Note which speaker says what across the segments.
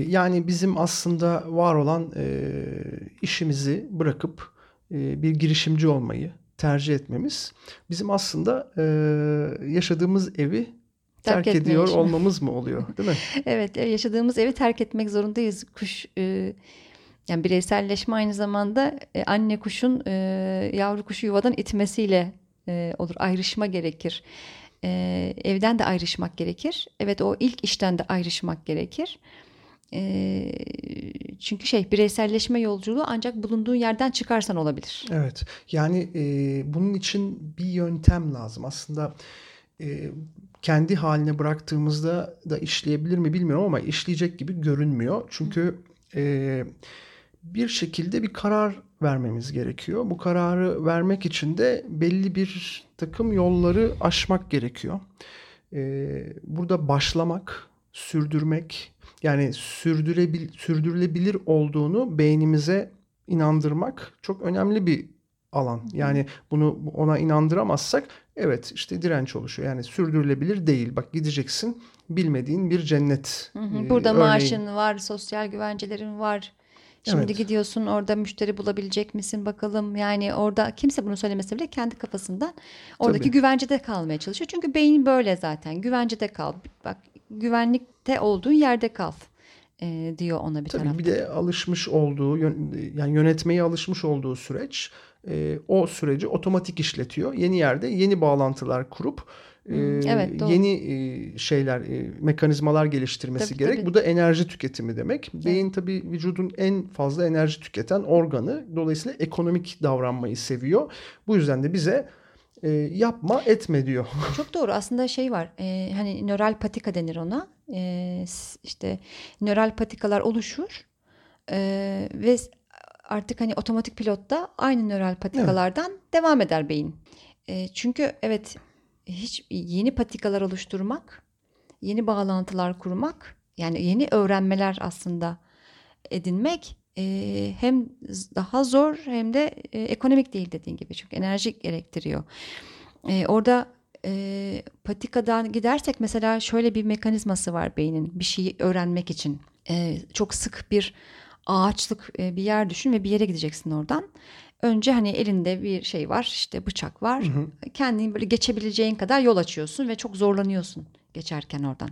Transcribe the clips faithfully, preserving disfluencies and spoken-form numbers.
Speaker 1: yani bizim aslında var olan e, işimizi bırakıp e, bir girişimci olmayı tercih etmemiz bizim aslında e, yaşadığımız evi
Speaker 2: Terk
Speaker 1: terk
Speaker 2: etme
Speaker 1: ediyor
Speaker 2: işi.
Speaker 1: olmamız mı oluyor, değil mi?
Speaker 2: Evet, e, yaşadığımız evi terk etmek zorundayız. Kuş, e, yani bireyselleşme aynı zamanda e, anne kuşun e, yavru kuşu yuvadan itmesiyle e, olur. Ayrışma gerekir. E, evden de ayrışmak gerekir. Evet, o ilk işten de ayrışmak gerekir. E, çünkü şey bireyselleşme yolculuğu ancak bulunduğun yerden çıkarsan olabilir.
Speaker 1: Evet. Yani e, bunun için bir yöntem lazım. Aslında e, kendi haline bıraktığımızda da işleyebilir mi bilmiyorum ama işleyecek gibi görünmüyor. Çünkü e, bir şekilde bir karar vermemiz gerekiyor. Bu kararı vermek için de belli bir takım yolları aşmak gerekiyor. E, burada başlamak, sürdürmek, yani sürdürebil sürdürülebilir olduğunu beynimize inandırmak çok önemli bir alan. Yani bunu ona inandıramazsak evet işte direnç oluşuyor. Yani sürdürülebilir değil. Bak gideceksin bilmediğin bir cennet.
Speaker 2: Hı hı.
Speaker 1: Ee,
Speaker 2: Burada
Speaker 1: örneğin.
Speaker 2: maaşın var, sosyal güvencelerin var. Şimdi
Speaker 1: Evet.
Speaker 2: gidiyorsun orada müşteri bulabilecek misin bakalım. Yani orada kimse bunu söylemese bile kendi kafasından oradaki
Speaker 1: Tabii.
Speaker 2: güvencede kalmaya çalışıyor. Çünkü beyin böyle zaten. Güvencede kal. Bak güvenlikte olduğun yerde kal e, diyor ona bir
Speaker 1: Tabii bir
Speaker 2: taraftan.
Speaker 1: de alışmış olduğu yani yönetmeye alışmış olduğu süreç e, o süreci otomatik işletiyor. Yeni yerde yeni bağlantılar kurup e,
Speaker 2: Hı, evet doğru.
Speaker 1: yeni e, şeyler e, mekanizmalar geliştirmesi
Speaker 2: Tabii
Speaker 1: gerek.
Speaker 2: tabii.
Speaker 1: Bu da enerji tüketimi demek.
Speaker 2: Evet.
Speaker 1: Beyin tabii vücudun en fazla enerji tüketen organı. Dolayısıyla ekonomik davranmayı seviyor. Bu yüzden de bize e, yapma etme diyor.
Speaker 2: Çok doğru. Aslında şey var. E, hani nöral patika denir ona. E, s- işte nöral patikalar oluşur. E, ve artık hani otomatik pilotta aynı nöral
Speaker 1: Evet.
Speaker 2: patikalardan devam eder beyin. E, çünkü evet hiç yeni patikalar oluşturmak, yeni bağlantılar kurmak, yani yeni öğrenmeler aslında edinmek e, hem daha zor hem de e, ekonomik değil dediğin gibi. Çünkü enerji gerektiriyor. E, orada e, patikadan gidersek mesela şöyle bir mekanizması var beynin bir şeyi öğrenmek için. E, çok sık bir ağaçlık e, bir yer düşün ve bir yere gideceksin oradan. Önce hani elinde bir şey var işte bıçak
Speaker 1: Hı
Speaker 2: var.
Speaker 1: hı.
Speaker 2: Kendini böyle geçebileceğin kadar yol açıyorsun ve çok zorlanıyorsun geçerken oradan.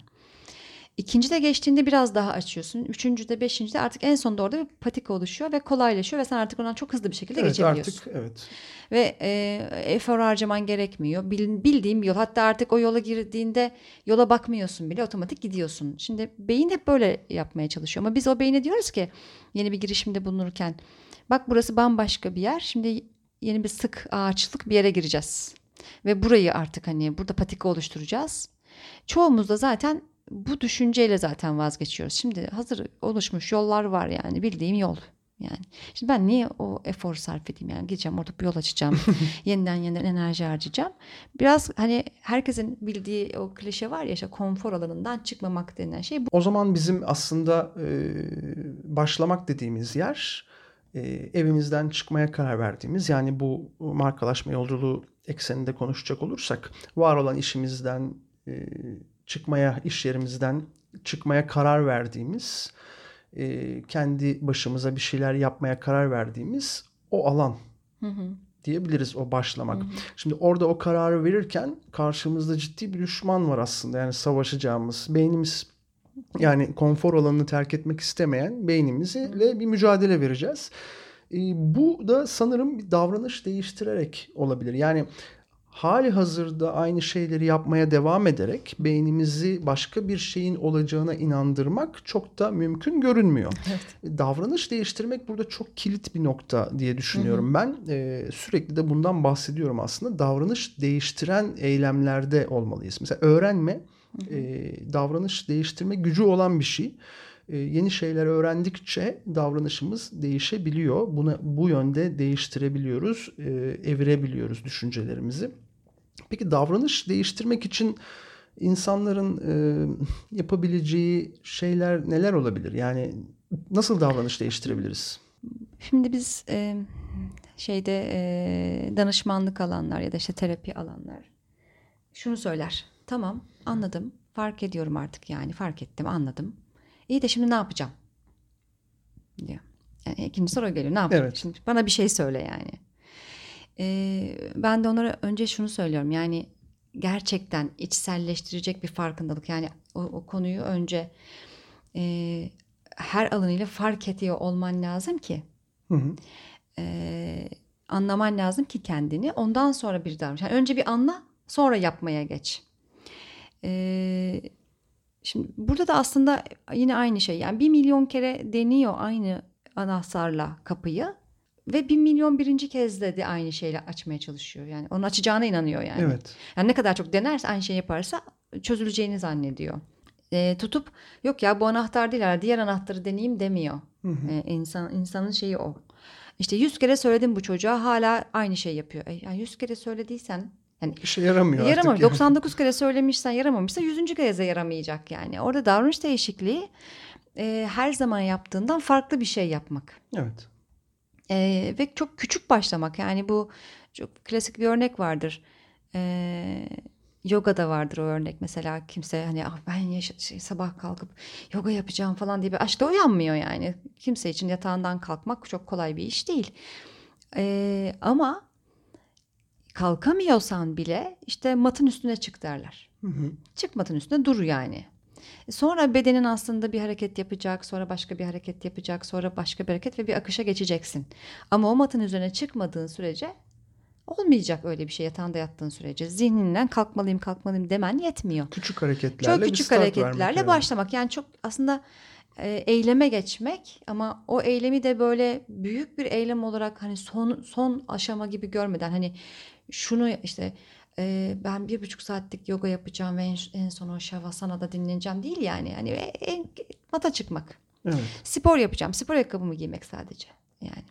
Speaker 2: İkinci de geçtiğinde biraz daha açıyorsun. Üçüncü de beşinci de artık en sonunda orada bir patika oluşuyor ve kolaylaşıyor ve sen artık ondan çok hızlı bir şekilde
Speaker 1: Evet artık
Speaker 2: geçebiliyorsun.
Speaker 1: evet.
Speaker 2: Ve e, efor harcaman gerekmiyor. Bil, bildiğin bir yol. Hatta artık o yola girdiğinde yola bakmıyorsun bile otomatik gidiyorsun. Şimdi beyin hep böyle yapmaya çalışıyor. Ama biz o beyne diyoruz ki yeni bir girişimde bulunurken bak burası bambaşka bir yer. Şimdi yeni bir sık ağaçlık bir yere gireceğiz. Ve burayı artık hani burada patika oluşturacağız. Çoğumuz da zaten bu düşünceyle zaten vazgeçiyoruz. Şimdi hazır oluşmuş yollar var yani bildiğim yol. Yani şimdi ben niye o efor sarf edeyim yani gideceğim orada bir yol açacağım. yeniden yeniden enerji harcayacağım. Biraz hani herkesin bildiği o klişe var ya işte konfor alanından çıkmamak denilen şey bu.
Speaker 1: O zaman bizim aslında e, başlamak dediğimiz yer e, evimizden çıkmaya karar verdiğimiz yani bu markalaşma yolculuğu ekseninde konuşacak olursak var olan işimizden e, çıkmaya, iş yerimizden çıkmaya karar verdiğimiz e, kendi başımıza bir şeyler yapmaya karar verdiğimiz o alan
Speaker 2: Hı hı,
Speaker 1: diyebiliriz o
Speaker 2: hı
Speaker 1: başlamak.
Speaker 2: hı.
Speaker 1: Şimdi orada o kararı verirken karşımızda ciddi bir düşman var aslında yani savaşacağımız. Beynimiz
Speaker 2: Evet.
Speaker 1: yani konfor alanını terk etmek istemeyen beynimizle bir mücadele vereceğiz. E, bu da sanırım bir davranış değiştirerek olabilir. Yani hali hazırda aynı şeyleri yapmaya devam ederek beynimizi başka bir şeyin olacağına inandırmak çok da mümkün görünmüyor.
Speaker 2: Evet.
Speaker 1: E, Davranış değiştirmek burada çok kilit bir nokta diye
Speaker 2: Hı hı.
Speaker 1: düşünüyorum ben. E, sürekli de bundan bahsediyorum aslında. Davranış değiştiren eylemlerde olmalıyız. Mesela öğrenme
Speaker 2: Hı
Speaker 1: e,
Speaker 2: hı.
Speaker 1: davranış değiştirme gücü olan bir şey. E, yeni şeyler öğrendikçe davranışımız değişebiliyor. Buna bu yönde değiştirebiliyoruz, e, evirebiliyoruz düşüncelerimizi. Peki davranış değiştirmek için insanların e, yapabileceği şeyler neler olabilir? Yani nasıl davranış değiştirebiliriz?
Speaker 2: Şimdi biz e, şeyde e, danışmanlık alanlar ya da işte terapi alanlar şunu söyler. Tamam, anladım. Fark ediyorum artık yani. Fark ettim, anladım. İyi de şimdi ne yapacağım? diyor. Yani ikinci soru geliyor. Ne yapayım?
Speaker 1: Evet.
Speaker 2: Şimdi bana bir şey söyle yani. Ee, ben de onlara önce şunu söylüyorum. Yani gerçekten içselleştirecek bir farkındalık. Yani o, o konuyu önce e, her alanıyla fark ediyor olman lazım ki.
Speaker 1: Hı hı.
Speaker 2: E, anlaman lazım ki kendini. Ondan sonra bir davranış. Yani önce bir anla, sonra yapmaya geç. E, şimdi burada da aslında yine aynı şey. Yani bir milyon kere deniyor aynı anahtarla kapıyı. Ve bir milyon birinci kez de, de aynı şeyle açmaya çalışıyor. Yani onun açacağına inanıyor yani.
Speaker 1: Evet.
Speaker 2: Yani ne kadar çok denerse, aynı şey yaparsa çözüleceğini zannediyor. E, tutup yok ya bu anahtar değil, diğer anahtarı deneyeyim demiyor.
Speaker 1: Hı hı.
Speaker 2: E, insan insanın şeyi o. İşte yüz kere söyledim bu çocuğa, hala aynı şey yapıyor. E, yani yüz kere söylediysen yani
Speaker 1: İşe yaramıyor
Speaker 2: yaramam.
Speaker 1: artık. Yani.
Speaker 2: doksan dokuz kere söylemişsen yaramamışsa yüzüncü kez de yaramayacak yani. Orada davranış değişikliği e, her zaman yaptığından farklı bir şey yapmak.
Speaker 1: Evet.
Speaker 2: Ee, ve çok küçük başlamak. Yani bu çok klasik bir örnek vardır. Ee, yogada vardır o örnek. Mesela kimse hani ah ben yaş- şey, sabah kalkıp yoga yapacağım falan diye bir aşkla uyanmıyor yani. Kimse için yatağından kalkmak çok kolay bir iş değil. Ee, ama kalkamıyorsan bile işte matın üstüne çık derler.
Speaker 1: Hı hı.
Speaker 2: Çık matın üstüne dur yani. Sonra bedenin aslında bir hareket yapacak, sonra başka bir hareket yapacak, sonra başka bir hareket ve bir akışa geçeceksin. Ama o matın üzerine çıkmadığın sürece olmayacak öyle bir şey, yatağında yattığın sürece. Zihninden kalkmalıyım kalkmalıyım demen yetmiyor.
Speaker 1: Küçük hareketlerle
Speaker 2: Çok küçük
Speaker 1: bir start
Speaker 2: hareketlerle
Speaker 1: vermek yani.
Speaker 2: başlamak. Yani çok aslında e, eyleme geçmek, ama o eylemi de böyle büyük bir eylem olarak hani son son aşama gibi görmeden, hani şunu işte e, ben bir buçuk saatlik yoga yapacağım ve en, en son o şavasanada dinleneceğim değil yani. Yani en, mata çıkmak.
Speaker 1: Evet.
Speaker 2: Spor yapacağım. Spor ayakkabımı giymek sadece. Yani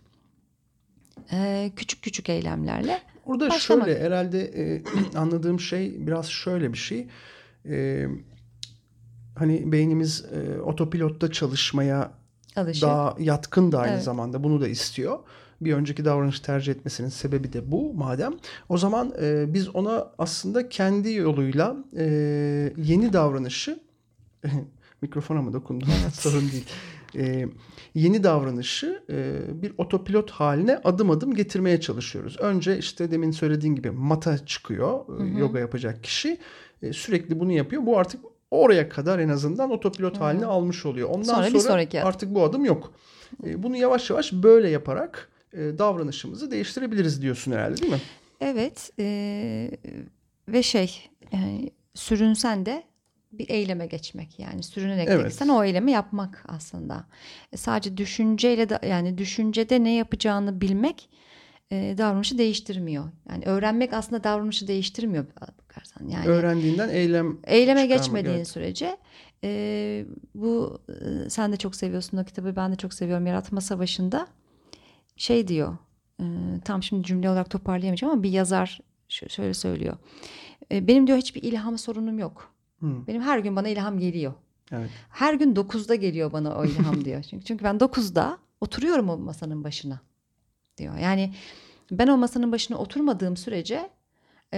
Speaker 2: e, küçük küçük eylemlerle
Speaker 1: Orada
Speaker 2: başlamak.
Speaker 1: şöyle herhalde e, anladığım şey biraz şöyle bir şey. E, hani beynimiz e, otopilotta çalışmaya
Speaker 2: Alışıyor.
Speaker 1: daha yatkın da aynı
Speaker 2: Evet.
Speaker 1: zamanda bunu da istiyor. Bir önceki davranışı tercih etmesinin sebebi de bu madem. O zaman e, biz ona aslında kendi yoluyla e, yeni davranışı mikrofona mı dokundum? Sorun değil. E, yeni davranışı e, bir otopilot haline adım adım getirmeye çalışıyoruz. Önce işte demin söylediğin gibi mata çıkıyor.
Speaker 2: Hı hı.
Speaker 1: Yoga yapacak kişi. E, sürekli bunu yapıyor. Bu artık oraya kadar en azından otopilot
Speaker 2: Hı.
Speaker 1: halini almış oluyor. Ondan
Speaker 2: Sonra
Speaker 1: sonra,
Speaker 2: bir sonraki adım.
Speaker 1: artık bu adım yok. E, bunu yavaş yavaş böyle yaparak e, davranışımızı değiştirebiliriz diyorsun herhalde, değil mi?
Speaker 2: Evet. E, ve şey yani sürünsen de bir eyleme geçmek, yani sürünerek
Speaker 1: Evet.
Speaker 2: gitsen o eylemi yapmak aslında. E, sadece düşünceyle de, yani düşüncede ne yapacağını bilmek e, davranışı değiştirmiyor. Yani öğrenmek aslında davranışı değiştirmiyor bakarsan. Yani
Speaker 1: Öğrendiğinden eylem
Speaker 2: eyleme
Speaker 1: çıkarmak,
Speaker 2: geçmediğin
Speaker 1: evet.
Speaker 2: sürece e, bu e, sen de çok seviyorsun o kitabı, ben de çok seviyorum. Yaratma Savaşı'nda şey diyor, e, tam şimdi cümle olarak toparlayamayacağım ama bir yazar ş- şöyle söylüyor. E, benim diyor hiçbir ilham sorunum yok.
Speaker 1: Hı.
Speaker 2: Benim her gün bana ilham geliyor.
Speaker 1: Evet.
Speaker 2: Her gün dokuzda geliyor bana o ilham diyor. Çünkü, çünkü ben dokuzda oturuyorum o masanın başına diyor. Yani ben o masanın başına oturmadığım sürece e,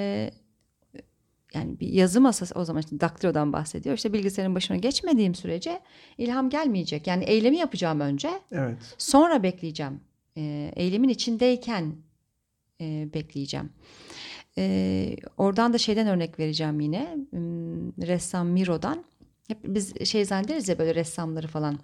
Speaker 2: yani bir yazı masası, o zaman işte daktilodan bahsediyor. İşte bilgisayarın başına geçmediğim sürece ilham gelmeyecek. Yani eylemi yapacağım önce.
Speaker 1: Evet.
Speaker 2: Sonra bekleyeceğim. E, eylemin içindeyken e, bekleyeceğim. E, oradan da şeyden örnek vereceğim yine. Hmm, Ressam Miro'dan. Hep biz şey zannederiz ya böyle ressamları falan.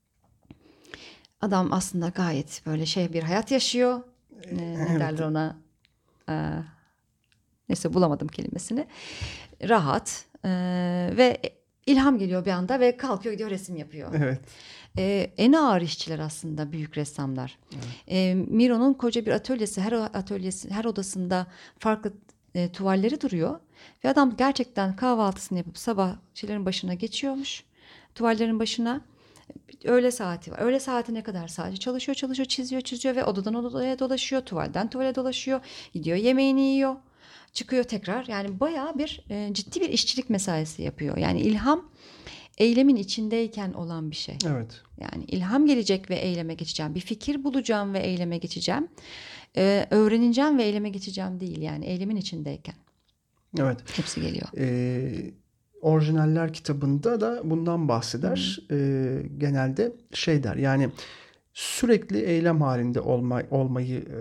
Speaker 2: Adam aslında gayet böyle şey bir hayat yaşıyor. E, ne
Speaker 1: Evet.
Speaker 2: derler ona? E, neyse bulamadım kelimesini. Rahat e, ve ilham geliyor bir anda ve kalkıyor gidiyor resim yapıyor.
Speaker 1: Evet.
Speaker 2: E, en ağır işçiler aslında büyük ressamlar.
Speaker 1: Evet.
Speaker 2: E, Miro'nun koca bir atölyesi, her atölyesi, her odasında farklı e, tuvalleri duruyor ve adam gerçekten kahvaltısını yapıp sabah şeylerin başına geçiyormuş. Tuvallerin başına. Öğle saati var. Öğle saatine kadar sadece çalışıyor, çalışıyor, çiziyor, çiziyor ve odadan odaya dolaşıyor, tuvalden tuvale dolaşıyor, gidiyor yemeğini yiyor, çıkıyor tekrar. Yani bayağı bir e, ciddi bir işçilik mesaisi yapıyor. Yani ilham eylemin içindeyken olan bir şey.
Speaker 1: Evet.
Speaker 2: Yani ilham gelecek ve eyleme geçeceğim. Bir fikir bulacağım ve eyleme geçeceğim. Ee, öğreneceğim ve eyleme geçeceğim değil. Yani eylemin içindeyken.
Speaker 1: Evet.
Speaker 2: Hepsi geliyor.
Speaker 1: Ee, Orijinaller kitabında da bundan bahseder.
Speaker 2: Hı.
Speaker 1: E, genelde şey der, yani sürekli eylem halinde olma, olmayı e,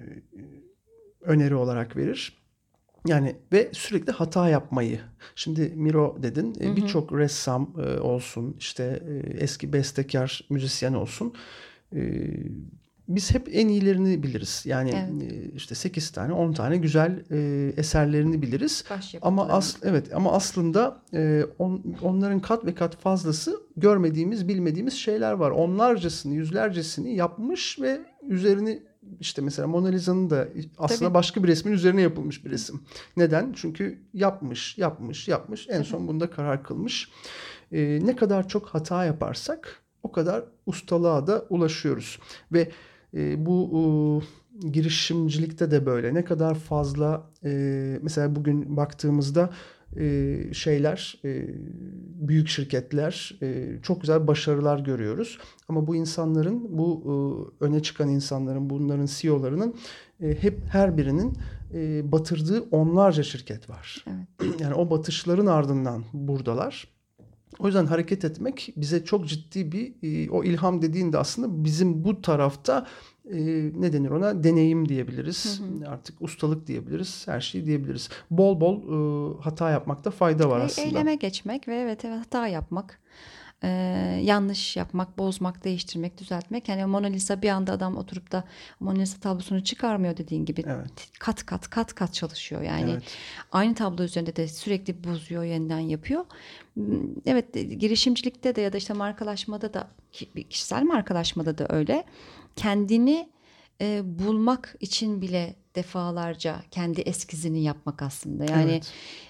Speaker 1: öneri olarak verir. Yani ve sürekli hata yapmayı. Şimdi Miro dedin,
Speaker 2: Hı hı.
Speaker 1: birçok ressam e, olsun, işte e, eski bestekar, müzisyen olsun. E, biz hep en iyilerini biliriz. Yani
Speaker 2: Evet.
Speaker 1: e, işte sekiz tane, on tane güzel e, eserlerini biliriz. Ama
Speaker 2: Başyapıtlarını.
Speaker 1: as evet ama aslında e, on, onların kat ve kat fazlası görmediğimiz, bilmediğimiz şeyler var. Onlarcasını, yüzlercesini yapmış ve üzerini, işte mesela Mona Lisa'nın da aslında
Speaker 2: Tabii.
Speaker 1: başka bir resmin üzerine yapılmış bir resim. Neden? Çünkü yapmış, yapmış, yapmış. En
Speaker 2: Tabii.
Speaker 1: son bunda karar kılmış. Ee, ne kadar çok hata yaparsak o kadar ustalığa da ulaşıyoruz. Ve e, bu e, girişimcilikte de böyle. Ne kadar fazla e, mesela bugün baktığımızda e, şeyler, e, büyük şirketler e, çok güzel başarılar görüyoruz. Ama bu insanların, bu e, öne çıkan insanların, bunların C E O'larının e, hep her birinin e, batırdığı onlarca şirket var.
Speaker 2: Evet.
Speaker 1: Yani o batışların ardından buradalar. O yüzden hareket etmek bize çok ciddi bir e, o ilham dediğinde aslında bizim bu tarafta e, ne denir ona, deneyim diyebiliriz.
Speaker 2: Hı hı.
Speaker 1: Artık ustalık diyebiliriz. Her şeyi diyebiliriz. Bol bol e, hata yapmakta fayda var
Speaker 2: E-
Speaker 1: aslında.
Speaker 2: Eyleme geçmek ve evet, evet hata yapmak. Ee, yanlış yapmak, bozmak, değiştirmek, düzeltmek. Yani Mona Lisa, bir anda adam oturup da Mona Lisa tablosunu çıkarmıyor dediğin gibi.
Speaker 1: Evet.
Speaker 2: Kat kat kat kat çalışıyor. Yani
Speaker 1: Evet.
Speaker 2: aynı tablo üzerinde de sürekli bozuyor, yeniden yapıyor. Evet, girişimcilikte de ya da işte markalaşmada da, kişisel markalaşmada da öyle. Kendini e, bulmak için bile defalarca kendi eskizini yapmak aslında. Yani
Speaker 1: Evet.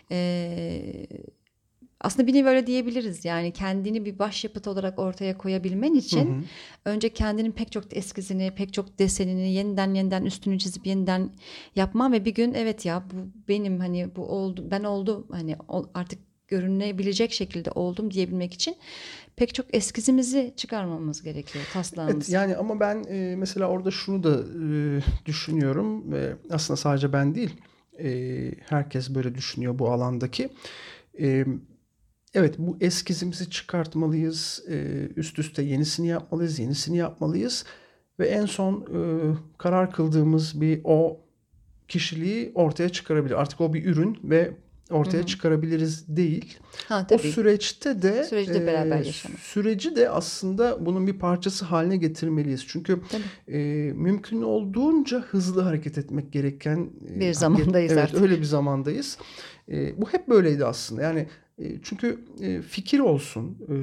Speaker 2: e, aslında bir nevi öyle diyebiliriz. Yani kendini bir başyapıt olarak ortaya koyabilmen için
Speaker 1: Hı hı.
Speaker 2: önce kendinin pek çok eskizini, pek çok desenini yeniden yeniden üstünü çizip yeniden yapman ve bir gün evet ya bu benim, hani bu oldu, ben oldum, hani artık görünebilecek şekilde oldum diyebilmek için pek çok eskizimizi çıkarmamız gerekiyor,
Speaker 1: Evet,
Speaker 2: taslağımızı.
Speaker 1: yani ama ben e, mesela orada şunu da e, düşünüyorum ve aslında sadece ben değil, e, herkes böyle düşünüyor bu alandaki. E, evet, bu eskizimizi çıkartmalıyız, e, üst üste yenisini yapmalıyız, yenisini yapmalıyız ve en son e, karar kıldığımız bir o kişiliği ortaya çıkarabilir. Artık o bir ürün ve
Speaker 2: Hı
Speaker 1: ortaya
Speaker 2: hı.
Speaker 1: çıkarabiliriz değil.
Speaker 2: Ha
Speaker 1: O
Speaker 2: tabii.
Speaker 1: süreçte de
Speaker 2: Süreci de beraber
Speaker 1: e,
Speaker 2: yaşamak.
Speaker 1: süreci de aslında bunun bir parçası haline getirmeliyiz. Çünkü
Speaker 2: Tabii.
Speaker 1: e, mümkün olduğunca hızlı hareket etmek gereken e,
Speaker 2: Bir
Speaker 1: ge-
Speaker 2: zamandayız
Speaker 1: evet
Speaker 2: artık.
Speaker 1: öyle bir zamandayız. E, bu hep böyleydi aslında. Yani e, çünkü e, fikir olsun, e,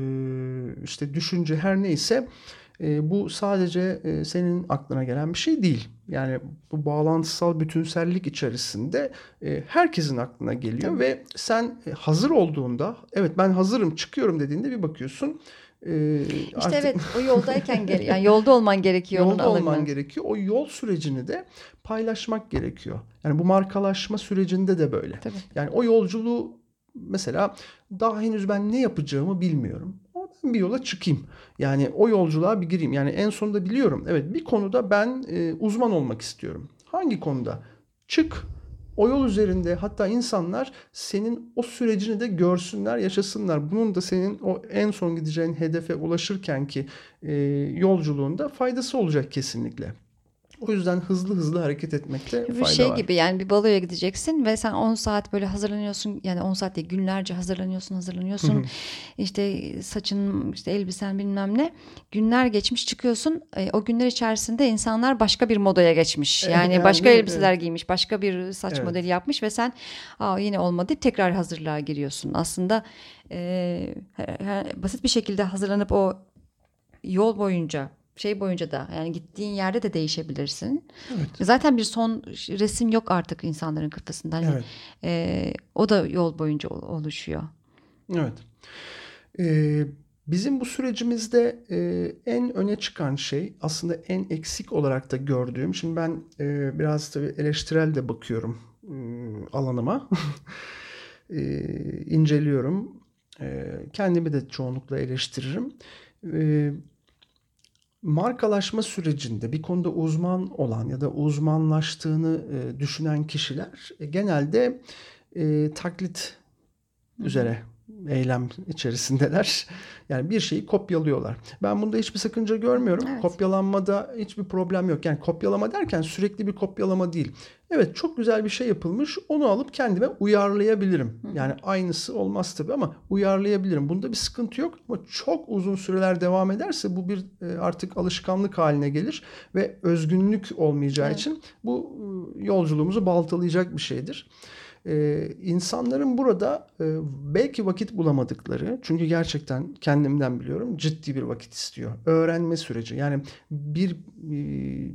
Speaker 1: işte düşünce her neyse e, bu sadece e, senin aklına gelen bir şey değil. Yani bu bağlantısal bütünsellik içerisinde e, herkesin aklına geliyor
Speaker 2: Tabii.
Speaker 1: ve sen e, hazır olduğunda, evet ben hazırım çıkıyorum dediğinde bir bakıyorsun e,
Speaker 2: İşte
Speaker 1: artık
Speaker 2: evet, o yoldayken gel, yani yolda olman gerekiyor onu
Speaker 1: yolda olman
Speaker 2: alabilmen.
Speaker 1: gerekiyor. O yol sürecini de paylaşmak gerekiyor. Yani bu markalaşma sürecinde de böyle.
Speaker 2: Tabii.
Speaker 1: Yani o yolculuğu mesela daha henüz ben ne yapacağımı bilmiyorum. Ama ben bir yola çıkayım. Yani o yolculuğa bir gireyim. Yani en sonunda biliyorum. Evet, bir konuda ben e, uzman olmak istiyorum. Hangi konuda? Çık. O yol üzerinde hatta insanlar senin o sürecini de görsünler, yaşasınlar. Bunun da senin o en son gideceğin hedefe ulaşırken ki e, yolculuğunda faydası olacak kesinlikle. O yüzden hızlı hızlı hareket etmekte
Speaker 2: Bir
Speaker 1: fayda
Speaker 2: şey
Speaker 1: var.
Speaker 2: gibi, yani bir baloya gideceksin ve sen on saat böyle hazırlanıyorsun, yani on saat değil, günlerce hazırlanıyorsun hazırlanıyorsun işte saçın, işte elbisen, bilmem ne, günler geçmiş, çıkıyorsun. E, o günler içerisinde insanlar başka bir modaya geçmiş, yani
Speaker 1: Yani
Speaker 2: başka
Speaker 1: değil mi?
Speaker 2: elbiseler
Speaker 1: Evet.
Speaker 2: giymiş, başka bir saç
Speaker 1: Evet.
Speaker 2: modeli yapmış ve sen aa, yine olmadı deyip tekrar hazırlığa giriyorsun. Aslında e, he- he- basit bir şekilde hazırlanıp o yol boyunca, şey boyunca da, yani gittiğin yerde de değişebilirsin.
Speaker 1: Evet.
Speaker 2: Zaten bir son resim yok artık insanların kafasında. Hani
Speaker 1: Evet.
Speaker 2: e, o da yol boyunca oluşuyor.
Speaker 1: Evet. Ee, bizim bu sürecimizde e, en öne çıkan şey, aslında en eksik olarak da gördüğüm, şimdi ben e, biraz tabii eleştirel de bakıyorum e, alanıma. e, inceliyorum. E, kendimi de çoğunlukla eleştiririm. E, markalaşma sürecinde bir konuda uzman olan ya da uzmanlaştığını e, düşünen kişiler e, genelde e, taklit
Speaker 2: Hı hı.
Speaker 1: üzere eylem içerisindeler. Yani bir şeyi kopyalıyorlar. Ben bunda hiçbir sakınca görmüyorum.
Speaker 2: Evet.
Speaker 1: Kopyalanmada hiçbir problem yok. Yani kopyalama derken sürekli bir kopyalama değil. Evet, çok güzel bir şey yapılmış. Onu alıp kendime uyarlayabilirim. Yani aynısı olmaz tabii ama uyarlayabilirim. Bunda bir sıkıntı yok. Ama çok uzun süreler devam ederse bu bir artık alışkanlık haline gelir ve özgünlük olmayacağı
Speaker 2: Evet.
Speaker 1: için bu yolculuğumuzu baltalayacak bir şeydir. Ee, insanların burada e, belki vakit bulamadıkları, çünkü gerçekten kendimden biliyorum, ciddi bir vakit istiyor. Öğrenme süreci, yani bir e,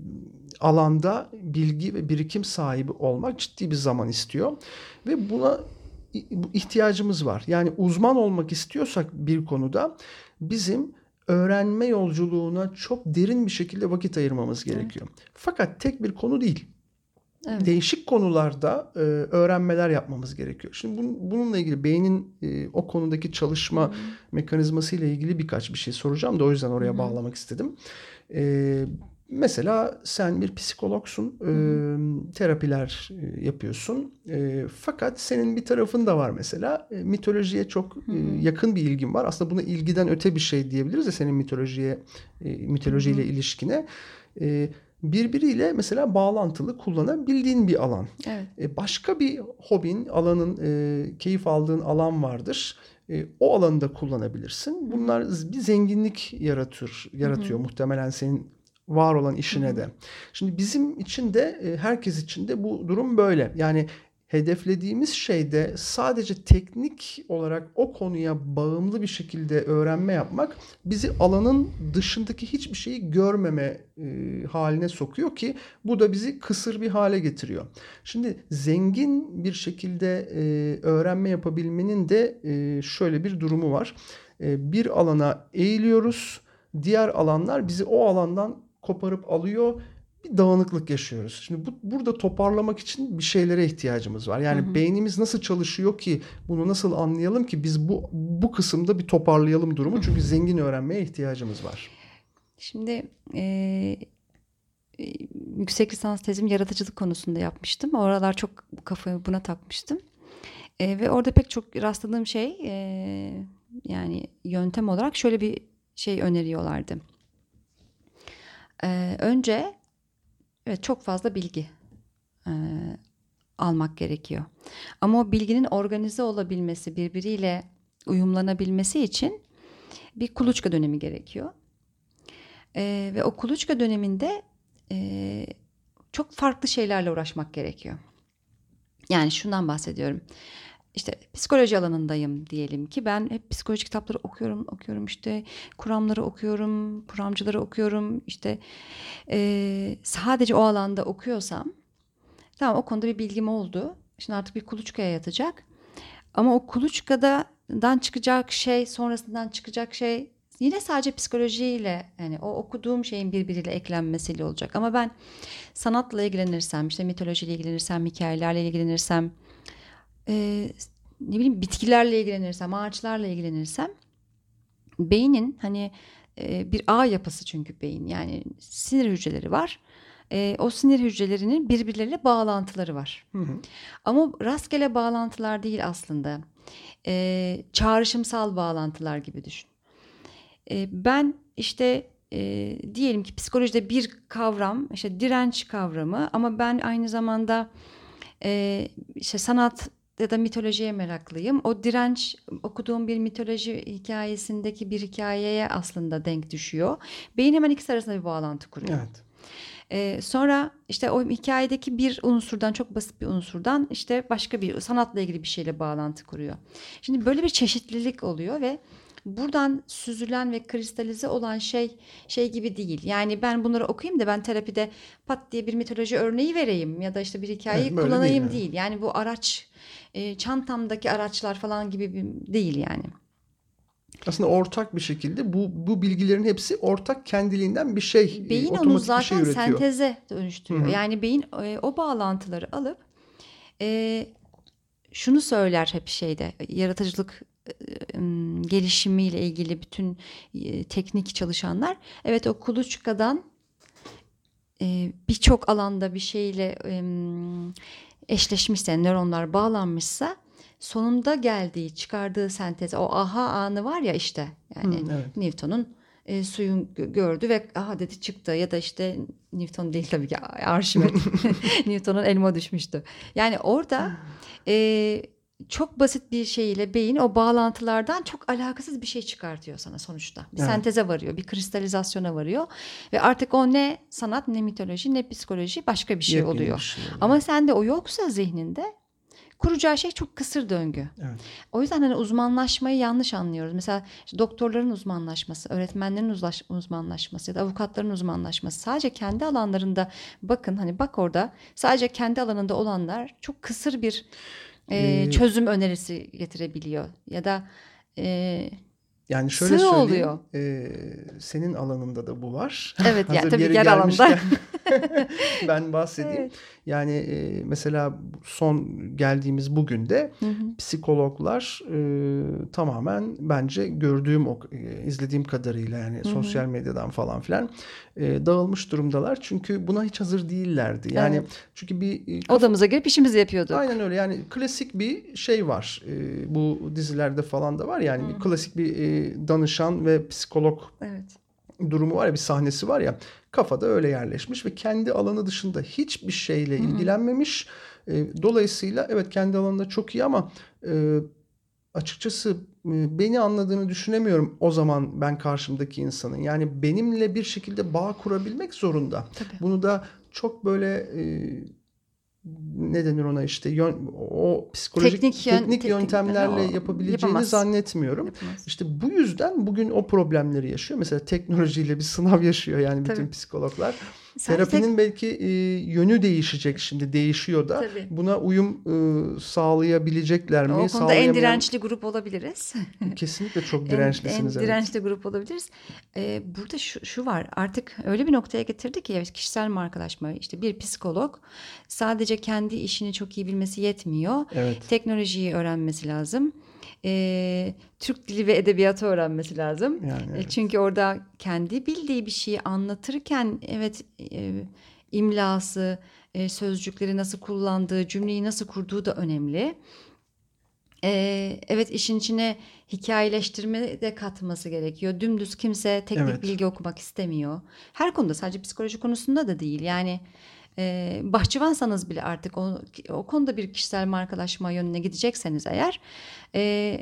Speaker 1: alanda bilgi ve birikim sahibi olmak ciddi bir zaman istiyor ve buna ihtiyacımız var. Yani uzman olmak istiyorsak bir konuda bizim öğrenme yolculuğuna çok derin bir şekilde vakit ayırmamız gerekiyor. Evet. Fakat tek bir konu değil. Evet. Değişik konularda e, öğrenmeler yapmamız gerekiyor. Şimdi bun, bununla ilgili beynin e, o konudaki çalışma hmm. mekanizması ile ilgili birkaç bir şey soracağım da o yüzden oraya hmm. bağlamak istedim. E, mesela sen bir psikologsun, e, hmm. terapiler e, yapıyorsun. E, fakat senin bir tarafın da var mesela. E, mitolojiye çok e, yakın bir ilgin var. Aslında buna ilgiden öte bir şey diyebiliriz de senin mitolojiye, e, mitolojiyle hmm. ilişkine. E, birbiriyle mesela bağlantılı kullanabildiğin bir alan.
Speaker 2: Evet.
Speaker 1: Başka bir hobin, alanın, e, keyif aldığın alan vardır. E, o alanı da kullanabilirsin. Bunlar Hı-hı. bir zenginlik yaratır, yaratıyor Hı-hı. muhtemelen senin var olan işine Hı-hı. de. Şimdi bizim için de e, herkes için de bu durum böyle. Yani hedeflediğimiz şeyde sadece teknik olarak o konuya bağımlı bir şekilde öğrenme yapmak bizi alanın dışındaki hiçbir şeyi görmeme e, haline sokuyor ki bu da bizi kısır bir hale getiriyor. Şimdi zengin bir şekilde e, öğrenme yapabilmenin de e, şöyle bir durumu var. E, bir alana eğiliyoruz, diğer alanlar bizi o alandan koparıp alıyor. Bir dağınıklık yaşıyoruz. Şimdi bu, burada toparlamak için bir şeylere ihtiyacımız var. Yani hı hı. beynimiz nasıl çalışıyor ki bunu nasıl anlayalım ki biz bu bu kısımda bir toparlayalım durumu. Hı hı. Çünkü zengin öğrenmeye ihtiyacımız var.
Speaker 2: Şimdi e, yüksek lisans tezim yaratıcılık konusunda yapmıştım. Oralar çok kafayı buna takmıştım. E, ve orada pek çok rastladığım şey e, yani yöntem olarak şöyle bir şey öneriyorlardı. E, önce Evet, çok fazla bilgi e, almak gerekiyor. Ama o bilginin organize olabilmesi, birbiriyle uyumlanabilmesi için bir kuluçka dönemi gerekiyor. E, ve o kuluçka döneminde e, çok farklı şeylerle uğraşmak gerekiyor. Yani şundan bahsediyorum. İşte psikoloji alanındayım diyelim ki ben hep psikoloji kitapları okuyorum, okuyorum işte kuramları okuyorum, kuramcıları okuyorum. İşte e, sadece o alanda okuyorsam tamam, o konuda bir bilgim oldu. Şimdi artık bir kuluçkaya yatacak. Ama o kuluçkadan çıkacak şey, sonrasından çıkacak şey yine sadece psikolojiyle, yani o okuduğum şeyin birbiriyle eklenmesiyle olacak. Ama ben sanatla ilgilenirsem, işte mitolojiyle ilgilenirsem, hikayelerle ilgilenirsem, Ee, ne bileyim bitkilerle ilgilenirsem, ağaçlarla ilgilenirsem beynin hani e, bir ağ yapısı, çünkü beyin yani sinir hücreleri var. E, o sinir hücrelerinin birbirleriyle bağlantıları var. Hı hı. Ama rastgele bağlantılar değil aslında. E, çağrışımsal bağlantılar gibi düşün. E, ben işte e, diyelim ki psikolojide bir kavram, işte direnç kavramı, ama ben aynı zamanda e, işte sanat ya da mitolojiye meraklıyım. O direnç okuduğum bir mitoloji hikayesindeki bir hikayeye aslında denk düşüyor. Beyin hemen ikisi arasında bir bağlantı kuruyor.
Speaker 1: Evet.
Speaker 2: Ee, sonra işte o hikayedeki bir unsurdan, çok basit bir unsurdan işte başka bir sanatla ilgili bir şeyle bağlantı kuruyor. Şimdi böyle bir çeşitlilik oluyor ve buradan süzülen ve kristalize olan şey şey gibi değil. Yani ben bunları okuyayım da ben terapide pat diye bir mitoloji örneği vereyim ya da işte bir hikayeyi evet, kullanayım değil, yani. değil. Yani bu araç, e, çantamdaki araçlar falan gibi bir, değil yani.
Speaker 1: Aslında ortak bir şekilde bu bu bilgilerin hepsi ortak kendiliğinden bir şey,
Speaker 2: beyin
Speaker 1: e, otomatik
Speaker 2: onu zaten
Speaker 1: bir şey üretiyor.
Speaker 2: senteze dönüştürüyor. Hı-hı. Yani beyin e, o bağlantıları alıp e, şunu söyler hep şeyde, yaratıcılık e, gelişimiyle ilgili bütün e, teknik çalışanlar, evet o kuluçkadan e, birçok alanda bir şeyle e, eşleşmişse, nöronlar bağlanmışsa sonunda geldiği, çıkardığı sentez, o aha anı var ya işte. Yani
Speaker 1: Hı, evet.
Speaker 2: Newton'un e, suyun gördü ve aha dedi çıktı, ya da işte Newton değil tabii ki, Arşimet. Newton'un elma düşmüştü. Yani orada e, çok basit bir şeyle beyin o bağlantılardan çok alakasız bir şey çıkartıyor sana sonuçta. Bir
Speaker 1: Evet.
Speaker 2: senteze varıyor, bir kristalizasyona varıyor ve artık o ne sanat, ne mitoloji, ne psikoloji, başka bir şey
Speaker 1: Yepyeni
Speaker 2: oluyor.
Speaker 1: bir şey oluyor.
Speaker 2: Ama sende o yoksa zihninde, kuracağı şey çok kısır döngü.
Speaker 1: Evet.
Speaker 2: O yüzden hani uzmanlaşmayı yanlış anlıyoruz. Mesela işte doktorların uzmanlaşması, öğretmenlerin uzlaş, uzmanlaşması ya da avukatların uzmanlaşması, sadece kendi alanlarında, bakın hani bak orada sadece kendi alanında olanlar çok kısır bir e,
Speaker 1: Ee,
Speaker 2: çözüm önerisi getirebiliyor ya da e,
Speaker 1: Yani şöyle
Speaker 2: sığ
Speaker 1: söyleyeyim,
Speaker 2: oluyor.
Speaker 1: e, senin alanında da bu var.
Speaker 2: Evet yani
Speaker 1: Hazır
Speaker 2: tabii
Speaker 1: yeri
Speaker 2: yer alanda.
Speaker 1: gelmişken ben bahsedeyim.
Speaker 2: Evet.
Speaker 1: Yani e, mesela son geldiğimiz bugün de
Speaker 2: Hı hı.
Speaker 1: psikologlar e, tamamen bence gördüğüm, o, e, izlediğim kadarıyla yani
Speaker 2: Hı hı.
Speaker 1: sosyal medyadan falan filan e, dağılmış durumdalar. Çünkü buna hiç hazır değillerdi. Yani
Speaker 2: Evet.
Speaker 1: çünkü bir e, kafa-
Speaker 2: Odamıza girip işimizi yapıyorduk.
Speaker 1: Aynen öyle, yani klasik bir şey var. Ee, bu dizilerde falan da var yani,
Speaker 2: Hı
Speaker 1: bir
Speaker 2: hı.
Speaker 1: klasik bir e, danışan ve psikolog
Speaker 2: Evet.
Speaker 1: durumu var ya, bir sahnesi var ya, kafada öyle yerleşmiş ve kendi alanı dışında hiçbir şeyle
Speaker 2: Hı hı.
Speaker 1: ilgilenmemiş. E, dolayısıyla evet, kendi alanında çok iyi ama e, açıkçası e, beni anladığını düşünemiyorum o zaman ben karşımdaki insanın. Yani benimle bir şekilde bağ kurabilmek zorunda.
Speaker 2: Tabii.
Speaker 1: Bunu da çok böyle e, ne denir ona, işte yön, o psikolojik
Speaker 2: Teknik yön-
Speaker 1: teknik
Speaker 2: te-
Speaker 1: yöntemlerle
Speaker 2: o
Speaker 1: yapabileceğini
Speaker 2: yapamaz.
Speaker 1: zannetmiyorum.
Speaker 2: Yapamaz.
Speaker 1: İşte bu yüzden bugün o problemleri yaşıyor. Mesela teknolojiyle bir sınav yaşıyor yani bütün
Speaker 2: Tabii.
Speaker 1: psikologlar.
Speaker 2: Sadece
Speaker 1: Terapinin belki e, yönü değişecek, şimdi değişiyor da.
Speaker 2: Tabii.
Speaker 1: Buna uyum e, sağlayabilecekler mi?
Speaker 2: O konuda en
Speaker 1: Sağlayamayan...
Speaker 2: dirençli grup olabiliriz.
Speaker 1: Kesinlikle çok
Speaker 2: En,
Speaker 1: dirençlisiniz,
Speaker 2: en
Speaker 1: evet.
Speaker 2: dirençli grup olabiliriz. Ee, burada şu, şu var, artık öyle bir noktaya getirdik ki, evet, kişisel markalaşma, işte bir psikolog sadece kendi işini çok iyi bilmesi yetmiyor.
Speaker 1: Evet.
Speaker 2: Teknolojiyi öğrenmesi lazım. Ee, Türk dili ve edebiyatı öğrenmesi lazım.
Speaker 1: Yani
Speaker 2: E,
Speaker 1: evet.
Speaker 2: Çünkü orada kendi bildiği bir şeyi anlatırken, evet, e, imlası, e, sözcükleri nasıl kullandığı, cümleyi nasıl kurduğu da önemli. Ee, evet, işin içine hikayeleştirme de katması gerekiyor. Dümdüz kimse teknik
Speaker 1: Evet.
Speaker 2: bilgi okumak istemiyor. Her konuda, sadece psikoloji konusunda da değil. Yani e, bahçıvansanız bile artık o, o konuda bir kişisel markalaşma yönüne gidecekseniz eğer, e,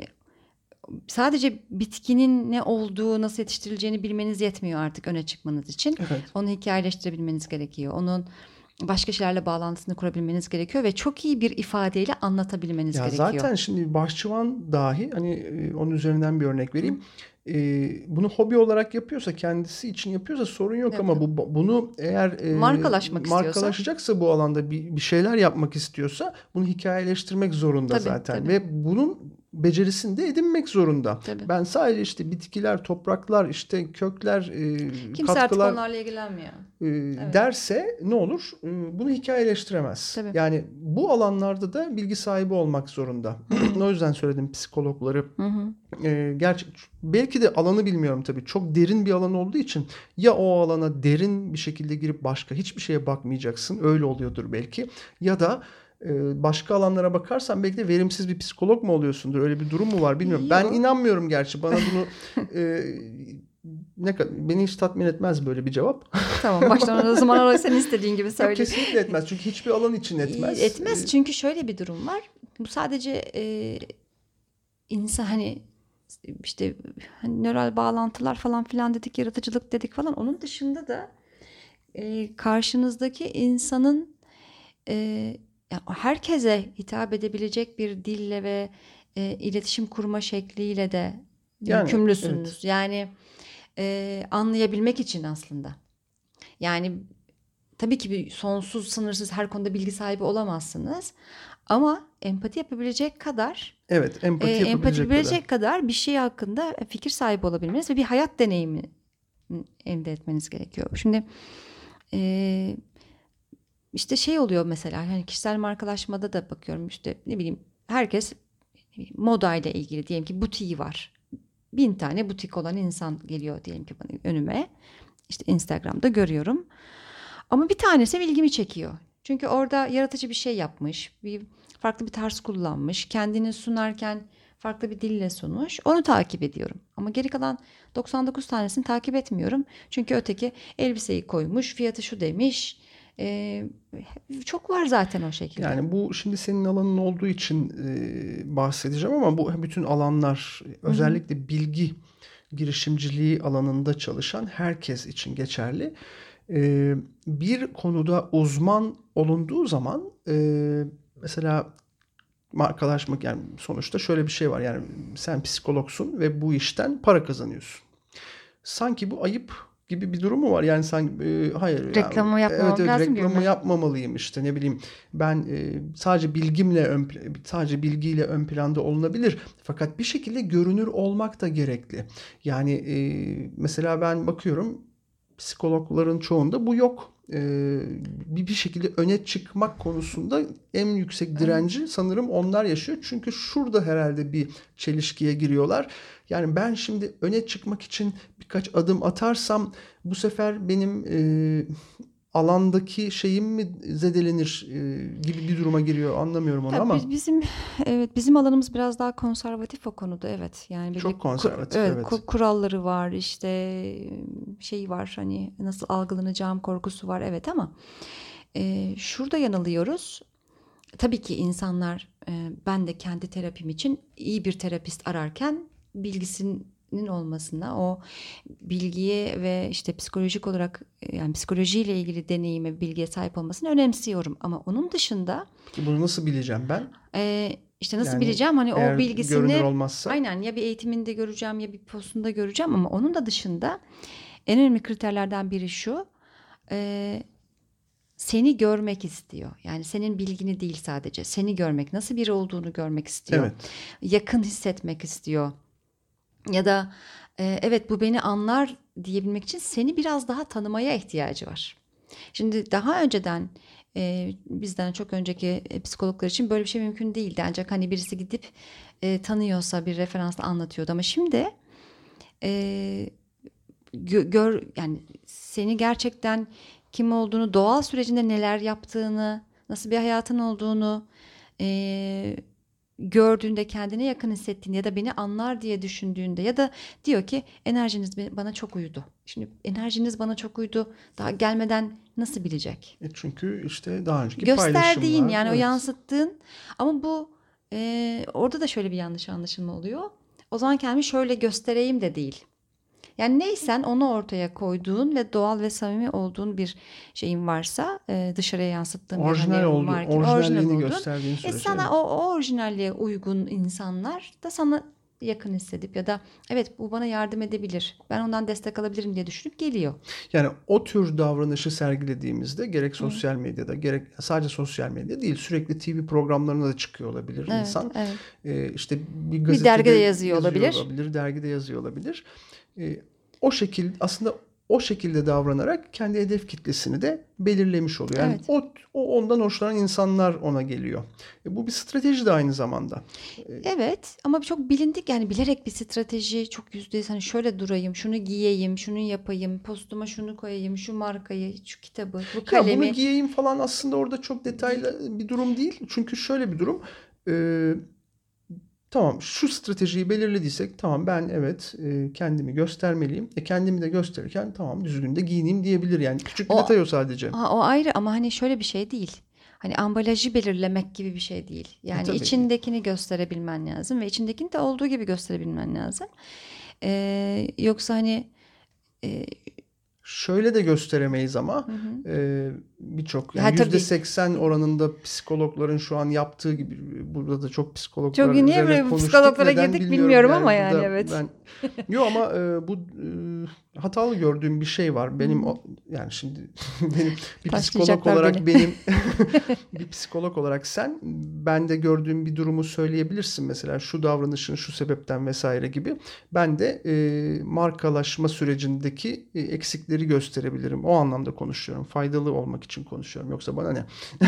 Speaker 2: sadece bitkinin ne olduğu, nasıl yetiştirileceğini bilmeniz yetmiyor artık öne çıkmanız için.
Speaker 1: Evet.
Speaker 2: Onu hikayeleştirebilmeniz gerekiyor. Onun başka şeylerle bağlantısını kurabilmeniz gerekiyor ve çok iyi bir ifadeyle anlatabilmeniz
Speaker 1: Ya
Speaker 2: gerekiyor.
Speaker 1: zaten şimdi bahçıvan dahi, hani e, onun üzerinden bir örnek vereyim. E, bunu hobi olarak yapıyorsa, kendisi için yapıyorsa sorun yok,
Speaker 2: Evet.
Speaker 1: ama bu bunu eğer e,
Speaker 2: Markalaşmak istiyorsa?
Speaker 1: markalaşacaksa, bu alanda bir, bir şeyler yapmak istiyorsa, bunu hikayeleştirmek zorunda
Speaker 2: Tabii,
Speaker 1: zaten
Speaker 2: tabii.
Speaker 1: ve bunun becerisini de edinmek zorunda.
Speaker 2: Tabii.
Speaker 1: Ben sadece işte bitkiler, topraklar, işte kökler, e,
Speaker 2: Kimse artık
Speaker 1: katkılar
Speaker 2: onlarla ilgilenmiyor.
Speaker 1: e, derse ne olur? E, bunu hikayeleştiremez.
Speaker 2: Tabii.
Speaker 1: Yani bu alanlarda da bilgi sahibi olmak zorunda. O yüzden söyledim psikologları.
Speaker 2: Hı hı.
Speaker 1: E, gerçek belki de alanı bilmiyorum tabii. Çok derin bir alan olduğu için, ya o alana derin bir şekilde girip başka hiçbir şeye bakmayacaksın. Öyle oluyordur belki. Ya da e, başka alanlara bakarsan belki de verimsiz bir psikolog mu oluyorsundur? Öyle bir durum mu var bilmiyorum.
Speaker 2: Yok.
Speaker 1: Ben inanmıyorum gerçi. Bana bunu e, ne kadar, beni hiç tatmin etmez böyle bir cevap.
Speaker 2: Tamam, baştan o zaman sen istediğin gibi
Speaker 1: Yok,
Speaker 2: söyle.
Speaker 1: kesinlikle etmez. Çünkü hiçbir alan için etmez.
Speaker 2: Etmez
Speaker 1: Ee,
Speaker 2: çünkü şöyle bir durum var. Bu sadece e, insan, hani işte hani nöral bağlantılar falan filan dedik, yaratıcılık dedik falan. Onun dışında da e, karşınızdaki insanın e, yani herkese hitap edebilecek bir dille ve e, iletişim kurma şekliyle de
Speaker 1: Yani,
Speaker 2: yükümlüsünüz.
Speaker 1: evet.
Speaker 2: Yani e, anlayabilmek için aslında. Yani tabii ki bir sonsuz, sınırsız her konuda bilgi sahibi olamazsınız. Ama empati yapabilecek kadar,
Speaker 1: Evet, empati
Speaker 2: e, empati
Speaker 1: yapabilecek kadar.
Speaker 2: yapabilecek kadar bir şey hakkında fikir sahibi olabilmeniz ve bir hayat deneyimi elde etmeniz gerekiyor. Şimdi e, işte şey oluyor mesela, yani kişisel markalaşmada da bakıyorum, işte ne bileyim, herkes ne bileyim, moda ile ilgili, diyelim ki butiği var. Bin tane butik olan insan geliyor diyelim ki bana önüme. İşte Instagram'da görüyorum. Ama bir tanesi ilgimi çekiyor. Çünkü orada yaratıcı bir şey yapmış, bir farklı bir tarz kullanmış, kendini sunarken farklı bir dille sunmuş. Onu takip ediyorum. Ama geri kalan doksan dokuz tanesini takip etmiyorum. Çünkü öteki elbiseyi koymuş, fiyatı şu demiş. Ee, çok var zaten o şekilde.
Speaker 1: Yani bu şimdi senin alanın olduğu için e, bahsedeceğim ama bu bütün alanlar, özellikle Hı-hı. bilgi girişimciliği alanında çalışan herkes için geçerli. E, bir konuda uzman olunduğu zaman e, mesela markalaşmak, yani sonuçta şöyle bir şey var. Yani sen psikologsun ve bu işten para kazanıyorsun. Sanki bu ayıp gibi bir durum mu var? Yani sanki e, hayır.
Speaker 2: Reklamı
Speaker 1: yani,
Speaker 2: yapmamam
Speaker 1: evet, evet,
Speaker 2: lazım
Speaker 1: reklamı
Speaker 2: gibi mi?
Speaker 1: yapmamalıyım işte, ne bileyim. Ben e, sadece bilgimle ön, sadece bilgiyle ön planda olunabilir. Fakat bir şekilde görünür olmak da gerekli. Yani e, mesela ben bakıyorum, psikologların çoğunda bu yok. Ee, bir bir şekilde öne çıkmak konusunda en yüksek direnci sanırım onlar yaşıyor. Çünkü şurada herhalde bir çelişkiye giriyorlar. Yani ben şimdi öne çıkmak için birkaç adım atarsam bu sefer benim e, alandaki şeyim mi zedelenir e, gibi bir duruma giriyor. Anlamıyorum onu
Speaker 2: Ya
Speaker 1: ama.
Speaker 2: bizim evet bizim alanımız biraz daha konservatif o konuda, evet. Yani böyle
Speaker 1: Çok konservatif,
Speaker 2: evet,
Speaker 1: evet.
Speaker 2: ku- kuralları var, işte şey var, hani nasıl algılanacağım korkusu var, evet, ama e, şurada yanılıyoruz. Tabii ki insanlar, e, ben de kendi terapim için iyi bir terapist ararken bilgisinin olmasına, o bilgiye ve işte psikolojik olarak, yani psikolojiyle ilgili deneyime, bilgiye sahip olmasını önemsiyorum. Ama onun dışında
Speaker 1: Peki bunu nasıl bileceğim ben?
Speaker 2: e, işte nasıl
Speaker 1: Yani
Speaker 2: bileceğim, hani
Speaker 1: eğer
Speaker 2: o
Speaker 1: görünür
Speaker 2: bilgisini
Speaker 1: olmazsa.
Speaker 2: aynen ya bir eğitiminde göreceğim ya bir postunda göreceğim, ama onun da dışında en önemli kriterlerden biri şu: e, seni görmek istiyor. Yani senin bilgini değil, sadece seni görmek, nasıl biri olduğunu görmek istiyor.
Speaker 1: Evet.
Speaker 2: Yakın hissetmek istiyor. Ya da e, evet, bu beni anlar diyebilmek için seni biraz daha tanımaya ihtiyacı var. Şimdi daha önceden e, bizden çok önceki e, psikologlar için böyle bir şey mümkün değildi. Ancak hani birisi gidip e, tanıyorsa bir referansla anlatıyordu. Ama şimdi e, gö- gör yani seni gerçekten kim olduğunu, doğal sürecinde neler yaptığını, nasıl bir hayatın olduğunu e, gördüğünde, kendine yakın hissettiğinde ya da beni anlar diye düşündüğünde, ya da diyor ki enerjiniz bana çok uydu. Şimdi enerjiniz bana çok uydu, daha gelmeden nasıl bilecek?
Speaker 1: E çünkü işte daha önceki
Speaker 2: Gösterdiğin,
Speaker 1: paylaşımlar.
Speaker 2: yani o
Speaker 1: Evet.
Speaker 2: yansıttığın, ama bu e, orada da şöyle bir yanlış anlaşılma oluyor. O zaman kendimi şöyle göstereyim de değil. Yani neysen onu ortaya koyduğun ve doğal ve samimi olduğun bir şeyin varsa, e, dışarıya yansıttığın bir
Speaker 1: Orijinal
Speaker 2: hani
Speaker 1: oldu,
Speaker 2: marka, orijinal
Speaker 1: orijinalliğini
Speaker 2: olduğun.
Speaker 1: gösterdiğin
Speaker 2: E
Speaker 1: sürece.
Speaker 2: sana
Speaker 1: Evet.
Speaker 2: o, o orijinalliğe uygun insanlar da sana yakın hissedip ya da evet bu bana yardım edebilir, ben ondan destek alabilirim diye düşünüp geliyor.
Speaker 1: Yani o tür davranışı sergilediğimizde gerek
Speaker 2: Hı.
Speaker 1: sosyal medyada, gerek sadece sosyal medya değil, sürekli T V programlarına da çıkıyor olabilir
Speaker 2: Evet,
Speaker 1: insan.
Speaker 2: evet.
Speaker 1: Ee, işte bir
Speaker 2: Bir
Speaker 1: gazetede
Speaker 2: dergide yazıyor
Speaker 1: yazıyor
Speaker 2: olabilir.
Speaker 1: olabilir, dergide yazıyor olabilir. Ee, o şekilde aslında o şekilde davranarak kendi hedef kitlesini de belirlemiş oluyor. Yani
Speaker 2: Evet.
Speaker 1: o, o ondan hoşlanan insanlar ona geliyor. E, bu bir strateji de aynı zamanda.
Speaker 2: Evet, ama çok bilindik, yani bilerek bir strateji, çok yüzde yüz hani şöyle durayım, şunu giyeyim, şunu yapayım, postuma şunu koyayım, şu markayı, şu kitabı, bu
Speaker 1: Ya
Speaker 2: kalemi.
Speaker 1: bunu giyeyim falan aslında orada çok detaylı bir durum değil. Çünkü şöyle bir durum. Ee, tamam, şu stratejiyi belirlediysek, tamam ben evet e, kendimi göstermeliyim. E kendimi de gösterirken tamam düzgün de giyineyim diyebilir. Yani küçük bir
Speaker 2: O,
Speaker 1: detay o sadece.
Speaker 2: ha, o ayrı, ama hani şöyle bir şey değil. Hani ambalajı belirlemek gibi bir şey değil.
Speaker 1: E
Speaker 2: Yani
Speaker 1: tabii.
Speaker 2: içindekini gösterebilmen lazım ve içindekini de olduğu gibi gösterebilmen lazım. Ee, yoksa hani e,
Speaker 1: Şöyle de gösteremeyiz ama
Speaker 2: hı hı.
Speaker 1: e, birçok,
Speaker 2: Ha,
Speaker 1: yani yüzde
Speaker 2: tabii.
Speaker 1: seksen oranında psikologların şu an yaptığı gibi, burada da çok psikologlar
Speaker 2: Çok iyi, niye
Speaker 1: üzerine
Speaker 2: böyle
Speaker 1: konuştuk.
Speaker 2: psikologlara
Speaker 1: Neden
Speaker 2: girdik
Speaker 1: bilmiyorum
Speaker 2: bilmiyorum ama
Speaker 1: yani
Speaker 2: yani
Speaker 1: burada
Speaker 2: evet.
Speaker 1: ben yok ama e, bu e, hatalı gördüğüm bir şey var. Benim
Speaker 2: Hı.
Speaker 1: o, yani şimdi benim bir psikolog
Speaker 2: Taşlayacaklar
Speaker 1: olarak
Speaker 2: beni.
Speaker 1: benim bir psikolog olarak sen ben de gördüğüm bir durumu söyleyebilirsin, mesela şu davranışın şu sebepten vesaire gibi. Ben de e, markalaşma sürecindeki e, eksikleri gösterebilirim. O anlamda konuşuyorum. Faydalı olmak için konuşuyorum. Yoksa bana ne?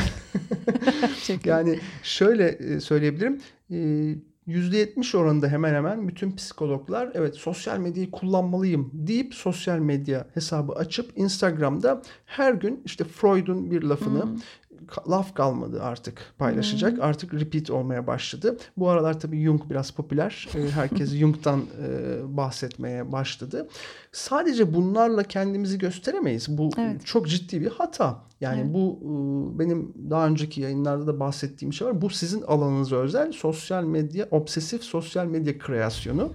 Speaker 2: Çok iyi.
Speaker 1: Yani şöyle e, söyleyebilirim. E, yüzde yetmiş oranında hemen hemen bütün psikologlar evet sosyal medyayı kullanmalıyım deyip sosyal medya hesabı açıp Instagram'da her gün işte Freud'un bir lafını,
Speaker 2: Hmm.
Speaker 1: laf kalmadı artık paylaşacak. Hmm. Artık repeat olmaya başladı. Bu aralar tabii Jung biraz popüler. Herkes Jung'tan bahsetmeye başladı. Sadece bunlarla kendimizi gösteremeyiz. Bu evet. çok ciddi bir hata. Yani evet. bu benim daha önceki yayınlarda da bahsettiğim şey var. Bu sizin alanınıza özel sosyal medya, obsesif sosyal medya kreasyonu.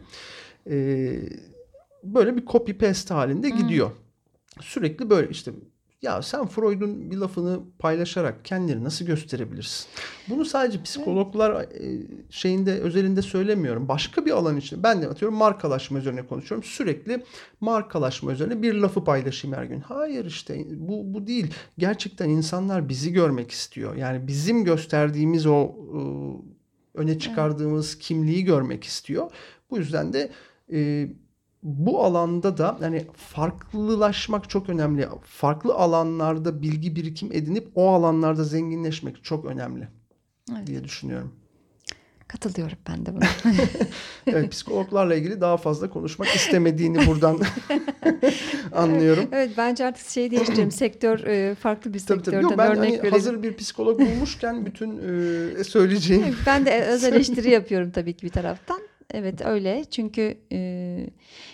Speaker 1: Böyle bir copy paste halinde hmm. gidiyor. Sürekli böyle işte ya sen Freud'un bir lafını paylaşarak kendini nasıl gösterebilirsin? Bunu sadece psikologlar şeyinde özelinde söylemiyorum. Başka bir alan için. Ben de atıyorum markalaşma üzerine konuşuyorum. Sürekli markalaşma üzerine bir lafı paylaşayım her gün. Hayır işte bu bu değil. Gerçekten insanlar bizi görmek istiyor. Yani bizim gösterdiğimiz o öne çıkardığımız evet. kimliği görmek istiyor. Bu yüzden de e, bu alanda da hani farklılaşmak çok önemli. Farklı alanlarda bilgi birikim edinip o alanlarda zenginleşmek çok önemli evet. diye düşünüyorum.
Speaker 2: Katılıyorum ben de buna.
Speaker 1: Evet, psikologlarla ilgili daha fazla konuşmak istemediğini buradan anlıyorum.
Speaker 2: Evet, bence artık şey değiştirelim. Sektör farklı bir tabii, sektörden
Speaker 1: tabii. Yok, ben
Speaker 2: örnek
Speaker 1: hani
Speaker 2: verelim.
Speaker 1: Hazır bir psikolog bulmuşken bütün e, söyleyeceğim.
Speaker 2: Ben de öz eleştiri yapıyorum tabii ki bir taraftan. Evet öyle çünkü e,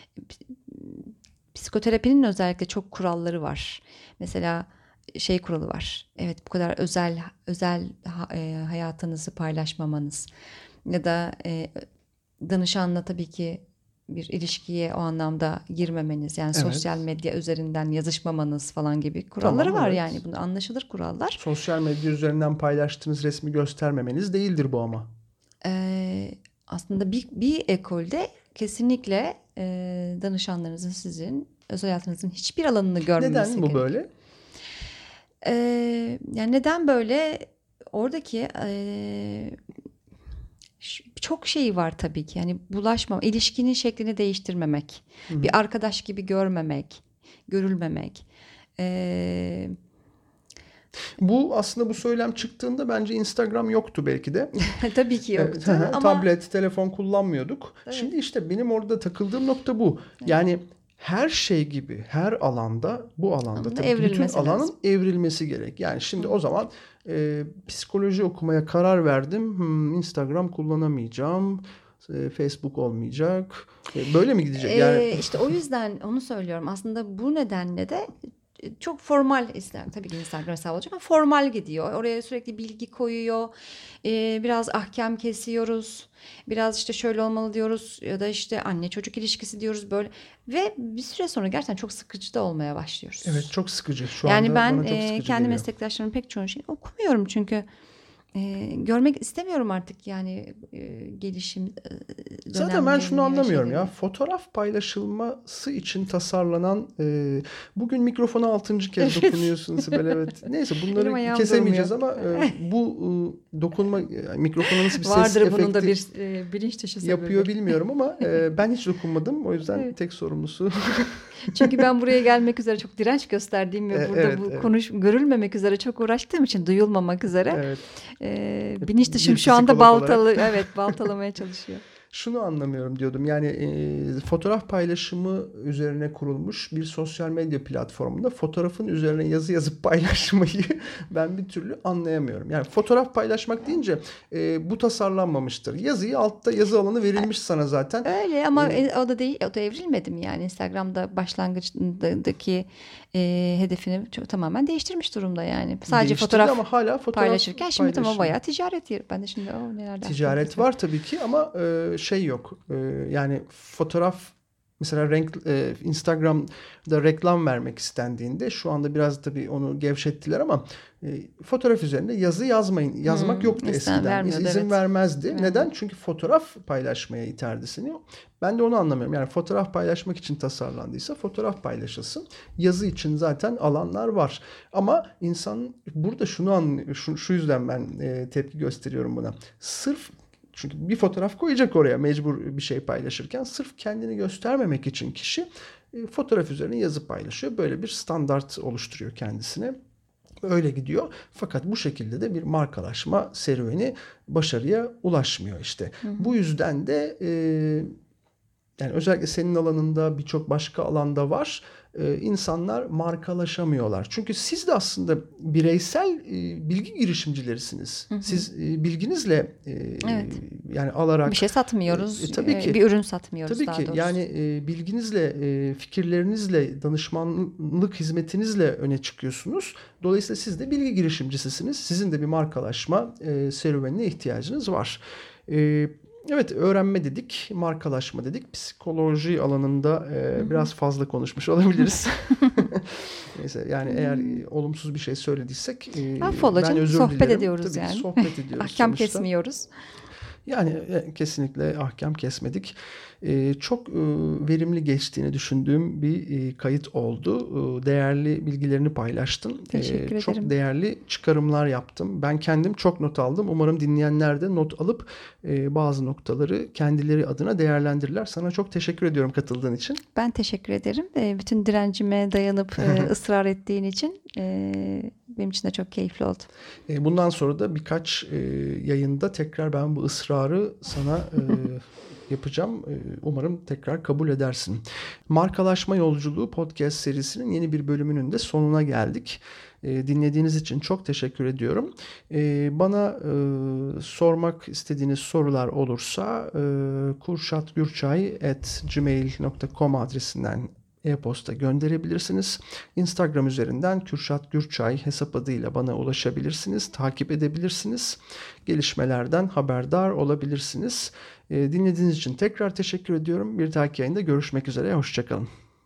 Speaker 2: psikoterapinin özellikle çok kuralları var. Mesela şey kuralı var. Evet bu kadar özel özel e, hayatınızı paylaşmamanız ya da e, danışanla tabii ki bir ilişkiye o anlamda girmemeniz. Yani evet. sosyal medya üzerinden yazışmamanız falan gibi kuralları tamam, var evet. yani. Bunu anlaşılır kurallar.
Speaker 1: Sosyal medya üzerinden paylaştığınız resmi göstermemeniz değildir bu ama.
Speaker 2: Ee, aslında bir, bir ekolde kesinlikle e, danışanlarınızın sizin özel hayatınızın hiçbir alanını görmemesi
Speaker 1: gerekiyor. Neden bu
Speaker 2: gerekiyor.
Speaker 1: böyle?
Speaker 2: Ee, yani neden böyle? Oradaki e, çok şey var tabii ki. Yani bulaşma, ilişkinin şeklini değiştirmemek, Hı-hı. bir arkadaş gibi görmemek, görülmemek. Ee,
Speaker 1: Bu aslında bu söylem çıktığında bence Instagram yoktu belki de.
Speaker 2: Tabii ki yoktu.
Speaker 1: Evet,
Speaker 2: ama...
Speaker 1: Tablet, telefon kullanmıyorduk. Evet. Şimdi işte benim orada takıldığım nokta bu. Evet. Yani her şey gibi her alanda bu alanda tabii bütün alanın lazım. evrilmesi gerek. Yani şimdi Hı. o zaman e, psikoloji okumaya karar verdim. Hmm, Instagram kullanamayacağım. E, Facebook olmayacak. E, böyle mi gidecek? Yani
Speaker 2: ee, işte o yüzden onu söylüyorum. Aslında bu nedenle de çok formal Instagram tabii ki Instagram hesabı olacak ama formal gidiyor. Oraya sürekli bilgi koyuyor. Ee, biraz ahkam kesiyoruz. Biraz işte şöyle olmalı diyoruz ya da işte anne çocuk ilişkisi diyoruz böyle ve bir süre sonra gerçekten çok sıkıcı da olmaya başlıyoruz.
Speaker 1: Evet çok sıkıcı. Şu
Speaker 2: yani
Speaker 1: anda
Speaker 2: ben
Speaker 1: bana çok
Speaker 2: e,
Speaker 1: sıkıcı
Speaker 2: kendi
Speaker 1: geliyor.
Speaker 2: meslektaşlarımın pek çoğu şeyi okumuyorum çünkü e, görmek istemiyorum artık yani e, gelişim e,
Speaker 1: Zaten ben şunu anlamıyorum şeyleri. ya fotoğraf paylaşılması için tasarlanan e, bugün mikrofona altıncı kez dokunuyorsun Sibel evet. Neyse bunları kesemeyeceğiz durmuyor. ama e, bu e, dokunma yani mikrofona nasıl bir
Speaker 2: Vardır
Speaker 1: ses efekti
Speaker 2: bunun da bir e, bilinç dışı sebebi.
Speaker 1: yapıyor bilmiyorum ama e, ben hiç dokunmadım o yüzden evet. tek sorumlusu.
Speaker 2: Çünkü ben buraya gelmek üzere çok direnç gösterdiğim ve e, burada evet, bu evet. konuş görülmemek üzere çok uğraştığım için duyulmamak üzere evet. e, bilinç dışım şu anda baltalı olarak. evet baltalamaya çalışıyor.
Speaker 1: Şunu anlamıyorum diyordum yani e, fotoğraf paylaşımı üzerine kurulmuş bir sosyal medya platformunda fotoğrafın üzerine yazı yazıp paylaşmayı ben bir türlü anlayamıyorum. Yani fotoğraf paylaşmak deyince e, bu tasarlanmamıştır. Yazıyı altta yazı alanı verilmiş sana zaten.
Speaker 2: Öyle ama ee, o da değil o da evrilmedi mi yani Instagram'da başlangıçtaki e, hedefini çok, tamamen değiştirmiş durumda yani. Sadece fotoğraf,
Speaker 1: ama hala fotoğraf
Speaker 2: paylaşırken şimdi tamam bayağı ticaret yer. Ben de şimdi o nelerden
Speaker 1: ticaret var tabii ki ama e, şey yok. E, yani fotoğraf mesela renk e, Instagram'da reklam vermek istendiğinde şu anda biraz tabii onu gevşettiler ama e, fotoğraf üzerinde yazı yazmayın. Yazmak hmm, yoktu eskiden. İzin evet. vermezdi. Evet. Neden? Çünkü fotoğraf paylaşmaya iterdi seni. Ben de onu anlamıyorum. Yani fotoğraf paylaşmak için tasarlandıysa fotoğraf paylaşılsın. Yazı için zaten alanlar var. Ama insan burada şunu anlıyor. Şu, şu yüzden ben e, tepki gösteriyorum buna. Sırf çünkü bir fotoğraf koyacak oraya mecbur bir şey paylaşırken sırf kendini göstermemek için kişi e, fotoğraf üzerine yazı paylaşıyor. Böyle bir standart oluşturuyor kendisine. Öyle gidiyor. Fakat bu şekilde de bir markalaşma serüveni başarıya ulaşmıyor işte. Hı hı. Bu yüzden de e, yani özellikle senin alanında birçok başka alanda var. Ee, insanlar markalaşamıyorlar. Çünkü siz de aslında bireysel e, bilgi girişimcilerisiniz. Hı hı. Siz e, bilginizle e,
Speaker 2: evet.
Speaker 1: yani alarak
Speaker 2: bir şey satmıyoruz.
Speaker 1: E, tabii ki.
Speaker 2: Bir ürün satmıyoruz
Speaker 1: tabii
Speaker 2: daha
Speaker 1: ki.
Speaker 2: doğrusu.
Speaker 1: Yani e, bilginizle, e, fikirlerinizle, danışmanlık hizmetinizle öne çıkıyorsunuz. Dolayısıyla siz de bilgi girişimcisisiniz. Sizin de bir markalaşma e, serüvenine ihtiyacınız var. E, Evet, öğrenme dedik, markalaşma dedik. Psikoloji alanında e, biraz fazla konuşmuş olabiliriz. Neyse, yani eğer e, olumsuz bir şey söylediysek e,
Speaker 2: Affola
Speaker 1: ben
Speaker 2: canım,
Speaker 1: özür
Speaker 2: sohbet
Speaker 1: dilerim.
Speaker 2: ediyoruz
Speaker 1: Tabii
Speaker 2: yani.
Speaker 1: sohbet ediyoruz
Speaker 2: Ahkam
Speaker 1: sonuçta.
Speaker 2: kesmiyoruz.
Speaker 1: Yani e, kesinlikle ahkam kesmedik. E, çok e, verimli geçtiğini düşündüğüm bir e, kayıt oldu. E, değerli bilgilerini paylaştın.
Speaker 2: Teşekkür
Speaker 1: E, çok
Speaker 2: ederim.
Speaker 1: değerli çıkarımlar yaptım. Ben kendim çok not aldım. Umarım dinleyenler de not alıp e, bazı noktaları kendileri adına değerlendirirler. Sana çok teşekkür ediyorum katıldığın için.
Speaker 2: Ben teşekkür ederim. E, bütün direncime dayanıp e, ısrar ettiğin için e, benim için de çok keyifli oldu.
Speaker 1: E, bundan sonra da birkaç e, yayında tekrar ben bu ısrarı sana e, yapacağım. Umarım tekrar kabul edersin. Markalaşma Yolculuğu podcast serisinin yeni bir bölümünün de sonuna geldik. Dinlediğiniz için çok teşekkür ediyorum. Bana sormak istediğiniz sorular olursa kurşatgürçay at gmail nokta com adresinden e-posta gönderebilirsiniz. Instagram üzerinden Kürşat Gürçay hesap adıyla bana ulaşabilirsiniz, takip edebilirsiniz. Gelişmelerden haberdar olabilirsiniz. Dinlediğiniz için tekrar teşekkür ediyorum. Bir dahaki yayında görüşmek üzere. Hoşça kalın.